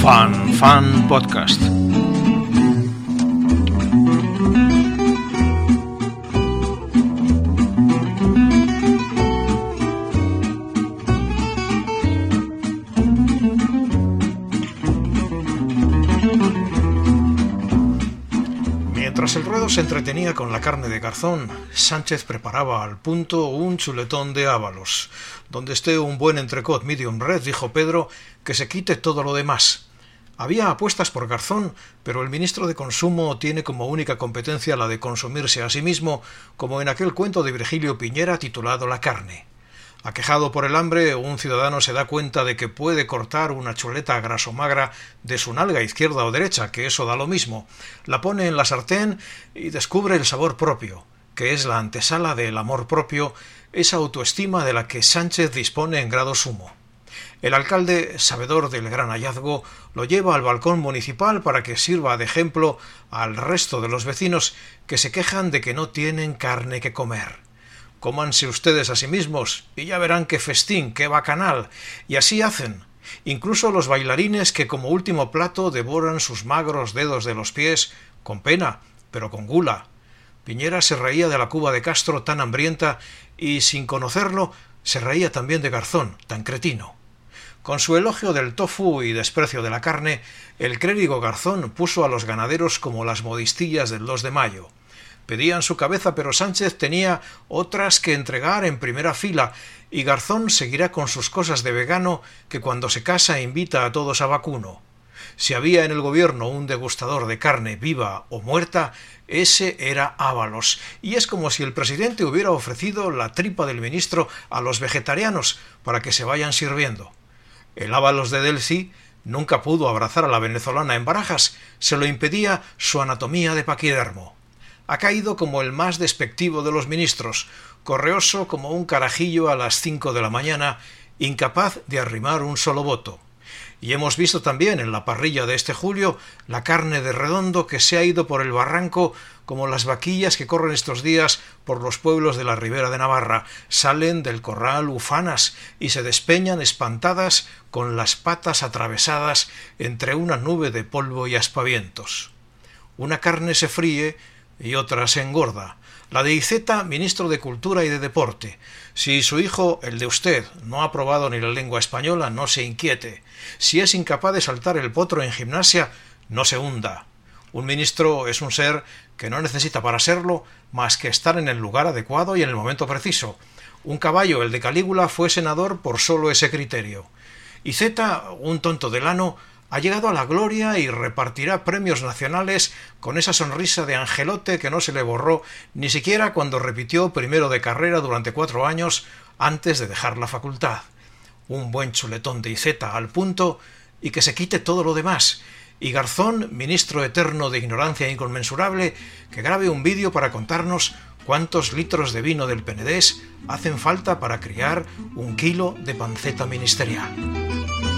Fan Podcast. Mientras el ruedo se entretenía con la carne de garzón, Sánchez preparaba al punto un chuletón de Ábalos. Donde esté un buen entrecot medium red, dijo Pedro, que se quite todo lo demás. Había apuestas por garzón, pero el ministro de Consumo tiene como única competencia la de consumirse a sí mismo, como en aquel cuento de Virgilio Piñera titulado La carne. Aquejado por el hambre, un ciudadano se da cuenta de que puede cortar una chuleta grasomagra de su nalga izquierda o derecha, que eso da lo mismo. La pone en la sartén y descubre el sabor propio, que es la antesala del amor propio, esa autoestima de la que Sánchez dispone en grado sumo. El alcalde, sabedor del gran hallazgo, lo lleva al balcón municipal para que sirva de ejemplo al resto de los vecinos que se quejan de que no tienen carne que comer. Cómanse ustedes a sí mismos y ya verán qué festín, qué bacanal. Y así hacen. Incluso los bailarines que como último plato devoran sus magros dedos de los pies, con pena, pero con gula. Piñera se reía de la Cuba de Castro tan hambrienta y, sin conocerlo, se reía también de Garzón, tan cretino. Con su elogio del tofu y desprecio de la carne, el clérigo Garzón puso a los ganaderos como las modistillas del 2 de mayo. Pedían su cabeza, pero Sánchez tenía otras que entregar en primera fila, y Garzón seguirá con sus cosas de vegano que cuando se casa invita a todos a vacuno. Si había en el gobierno un degustador de carne viva o muerta, ese era Ábalos, y es como si el presidente hubiera ofrecido la tripa del ministro a los vegetarianos para que se vayan sirviendo. El Ábalos de Delcy nunca pudo abrazar a la venezolana en Barajas, se lo impedía su anatomía de paquidermo. Ha caído como el más despectivo de los ministros, correoso como un carajillo a las 5 de la mañana, incapaz de arrimar un solo voto. Y hemos visto también en la parrilla de este julio la carne de Redondo que se ha ido por el barranco como las vaquillas que corren estos días por los pueblos de la Ribera de Navarra, salen del corral ufanas y se despeñan espantadas con las patas atravesadas entre una nube de polvo y aspavientos. Una carne se fríe y otra se engorda. La de Iceta, ministro de Cultura y de Deporte. Si su hijo, el de usted, no ha probado ni la lengua española, no se inquiete. Si es incapaz de saltar el potro en gimnasia, no se hunda. Un ministro es un ser que no necesita para serlo más que estar en el lugar adecuado y en el momento preciso. Un caballo, el de Calígula, fue senador por solo ese criterio. Iceta, un tonto del ano, ha llegado a la gloria y repartirá premios nacionales con esa sonrisa de angelote que no se le borró ni siquiera cuando repitió primero de carrera durante 4 años antes de dejar la facultad. Un buen chuletón de Iceta al punto y que se quite todo lo demás. Y Garzón, ministro eterno de ignorancia inconmensurable, que grabe un vídeo para contarnos cuántos litros de vino del Penedés hacen falta para criar 1 kilo de panceta ministerial.